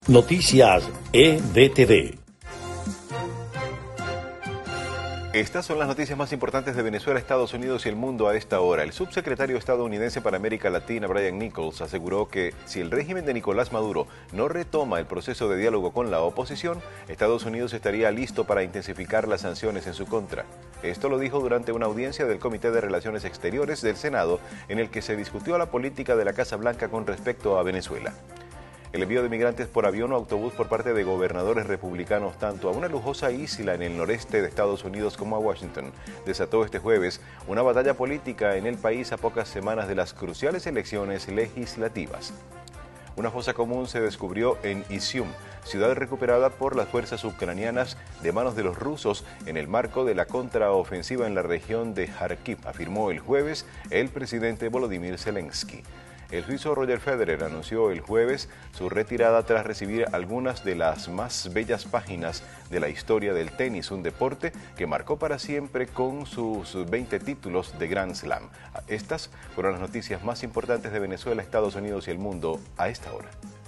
Noticias EDTV. Estas son las noticias más importantes de Venezuela, Estados Unidos y el mundo a esta hora. El subsecretario estadounidense para América Latina, Brian Nichols, aseguró que si el régimen de Nicolás Maduro no retoma el proceso de diálogo con la oposición, Estados Unidos estaría listo para intensificar las sanciones en su contra. Esto lo dijo durante una audiencia del Comité de Relaciones Exteriores del Senado, en el que se discutió la política de la Casa Blanca con respecto a Venezuela. El envío de migrantes por avión o autobús por parte de gobernadores republicanos tanto a una lujosa isla en el noreste de Estados Unidos como a Washington desató este jueves una batalla política en el país a pocas semanas de las cruciales elecciones legislativas. Una fosa común se descubrió en Izium, ciudad recuperada por las fuerzas ucranianas de manos de los rusos en el marco de la contraofensiva en la región de Kharkiv, afirmó el jueves el presidente Volodymyr Zelensky. El suizo Roger Federer anunció el jueves su retirada tras recibir algunas de las más bellas páginas de la historia del tenis, un deporte que marcó para siempre con sus 20 títulos de Grand Slam. Estas fueron las noticias más importantes de Venezuela, Estados Unidos y el mundo a esta hora.